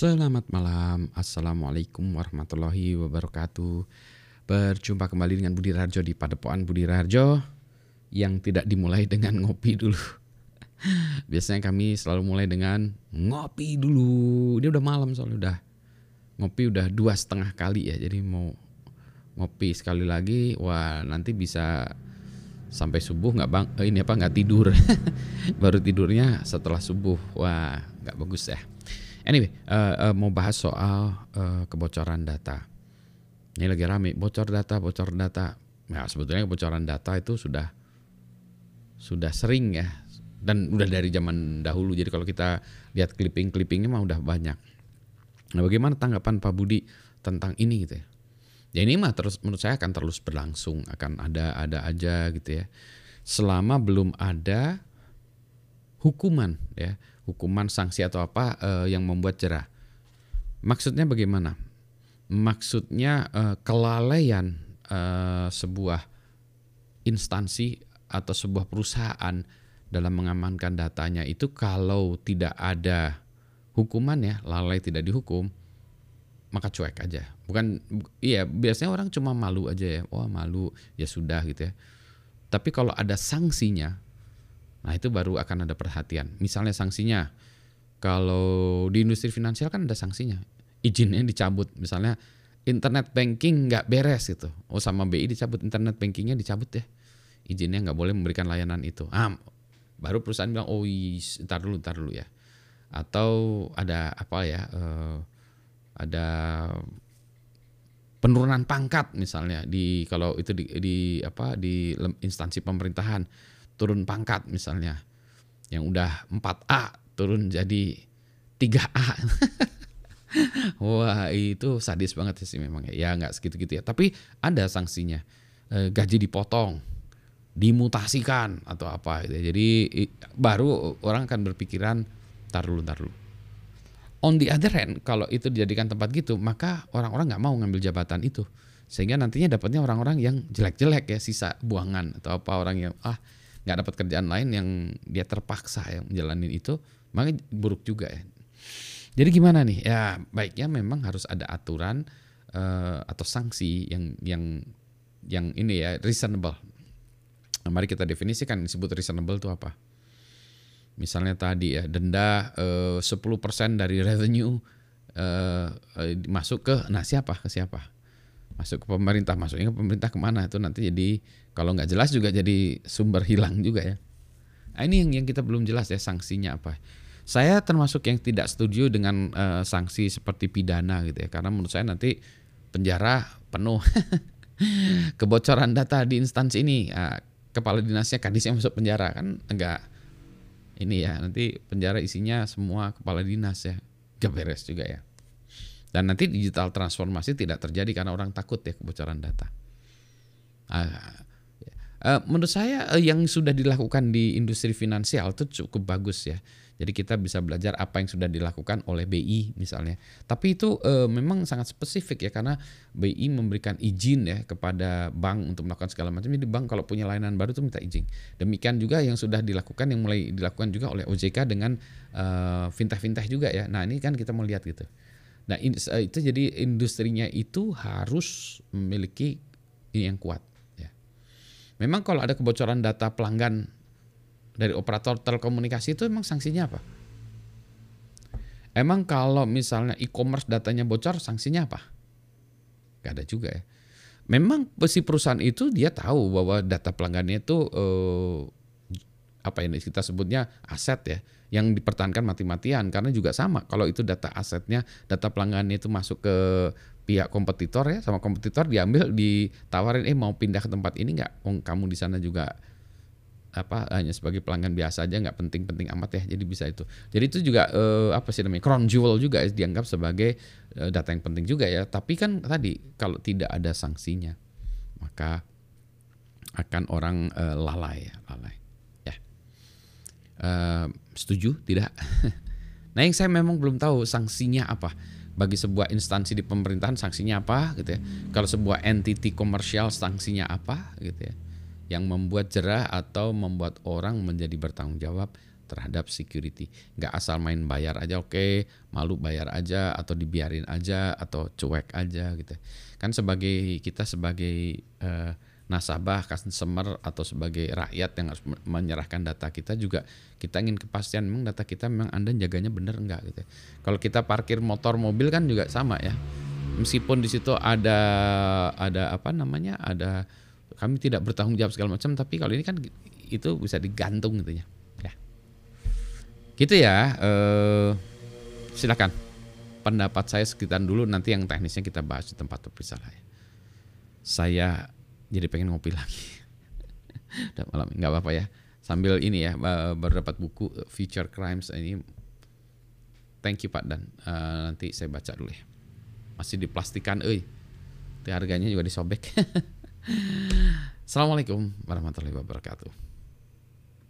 Selamat malam, Assalamualaikum warahmatullahi wabarakatuh. Berjumpa kembali dengan Budi Raharjo di Padepokan Budi Raharjo yang tidak dimulai dengan ngopi dulu. Biasanya kami selalu mulai dengan ngopi dulu. Dia udah malam soalnya udah ngopi udah 2,5 kali ya. Jadi mau ngopi sekali lagi, wah nanti bisa sampai subuh nggak tidur. Baru tidurnya setelah subuh, wah nggak bagus ya. Anyway, mau bahas soal kebocoran data. Ini lagi rame, bocor data. Nah, sebetulnya kebocoran data itu sudah sering ya, dan udah dari zaman dahulu. Jadi kalau kita lihat clippingnya mah udah banyak. Nah, bagaimana tanggapan Pak Budi tentang ini gitu ya? Ya ini mah terus menurut saya akan terus berlangsung, akan ada aja gitu ya. Selama belum ada hukuman ya, hukuman sanksi atau apa yang membuat jerah. Maksudnya bagaimana? Maksudnya kelalaian sebuah instansi atau sebuah perusahaan dalam mengamankan datanya itu kalau tidak ada hukuman ya, lalai tidak dihukum, maka cuek aja. Iya biasanya orang cuma malu aja ya, wah malu ya sudah gitu ya. Tapi kalau ada sanksinya, nah itu baru akan ada perhatian. Misalnya sanksinya, kalau di industri finansial kan ada sanksinya, izinnya dicabut. Misalnya internet banking nggak beres gitu, sama BI dicabut, internet bankingnya dicabut ya, izinnya nggak boleh memberikan layanan itu. Baru perusahaan bilang oh ntar dulu ya. Atau ada apa ya, ada penurunan pangkat misalnya kalau itu di instansi pemerintahan, turun pangkat misalnya, yang udah 4A turun jadi 3A. Wah itu sadis banget sih memang ya, nggak segitu-gitu ya, tapi ada sanksinya, gaji dipotong, dimutasikan atau apa gitu ya. Jadi baru orang akan berpikiran tar dulu. On the other hand, kalau itu dijadikan tempat gitu, maka orang-orang nggak mau ngambil jabatan itu, sehingga nantinya dapatnya orang-orang yang jelek-jelek ya, sisa buangan atau apa, orang yang nggak dapat kerjaan lain yang dia terpaksa yang menjalani itu, maka buruk juga ya. Jadi gimana nih? Ya baiknya memang harus ada aturan atau sanksi yang ini ya, reasonable. Nah, mari kita definisikan disebut reasonable itu apa. Misalnya tadi ya, denda 10% dari revenue masuk ke siapa? Masuk ke pemerintah, masuknya ke pemerintah kemana? Itu nanti jadi kalau nggak jelas juga jadi sumber hilang juga ya. Nah, ini yang kita belum jelas ya, sanksinya apa. Saya termasuk yang tidak setuju dengan sanksi seperti pidana gitu ya, karena menurut saya nanti penjara penuh. Kebocoran data di instansi ini, kepala dinasnya, kadisnya masuk penjara kan enggak. Ini ya, nanti penjara isinya semua kepala dinas ya, gak beres juga ya. Dan nanti digital transformasi tidak terjadi karena orang takut ya kebocoran data. Menurut saya yang sudah dilakukan di industri finansial itu cukup bagus ya. Jadi kita bisa belajar apa yang sudah dilakukan oleh BI misalnya. Tapi itu memang sangat spesifik ya, karena BI memberikan izin ya kepada bank untuk melakukan segala macam. Jadi bank kalau punya layanan baru itu minta izin. Demikian juga yang sudah dilakukan, yang mulai dilakukan juga oleh OJK dengan fintech juga ya. Nah ini kan kita mau lihat gitu. Nah itu jadi industrinya itu harus memiliki ini yang kuat ya. Memang kalau ada kebocoran data pelanggan dari operator telekomunikasi itu emang sanksinya apa? Emang kalau misalnya e-commerce datanya bocor, sanksinya apa? Gak ada juga ya. Memang si perusahaan itu dia tahu bahwa data pelanggannya itu apa yang kita sebutnya aset ya, yang dipertahankan mati-matian, karena juga sama kalau itu data asetnya, data pelanggannya itu masuk ke pihak kompetitor ya, sama kompetitor diambil, ditawarin mau pindah ke tempat ini nggak? Kamu di sana juga hanya sebagai pelanggan biasa aja, nggak penting-penting amat ya, jadi bisa itu. Jadi itu juga crown jewel juga ya, dianggap sebagai data yang penting juga ya. Tapi kan tadi kalau tidak ada sanksinya, maka akan orang lalai ya. Setuju tidak? Nah yang saya memang belum tahu sanksinya apa. Bagi sebuah instansi di pemerintahan sanksinya apa gitu ya. Kalau sebuah entity komersial sanksinya apa gitu ya, yang membuat jerah atau membuat orang menjadi bertanggung jawab terhadap security. Nggak asal main bayar aja, oke, malu bayar aja atau dibiarin aja atau cuek aja gitu. Kan kita sebagai nasabah, customer atau sebagai rakyat yang harus menyerahkan data kita juga, kita ingin kepastian memang data kita memang Anda jaganya benar enggak gitu. Kalau kita parkir motor mobil kan juga sama ya. Meskipun di situ ada kami tidak bertanggung jawab segala macam, tapi kalau ini kan itu bisa digantung gitu ya. Ya. Gitu ya. Silakan. Pendapat saya sekitar dulu, nanti yang teknisnya kita bahas di tempat terpisah lah ya. Saya jadi pengen ngopi lagi. Udah malam, nggak apa-apa ya. Sambil ini ya, baru dapat buku Future Crimes ini. Thank you Pak Dan. Nanti saya baca dulu ya. Masih diplastikan, harganya juga disobek. Assalamualaikum warahmatullahi wabarakatuh.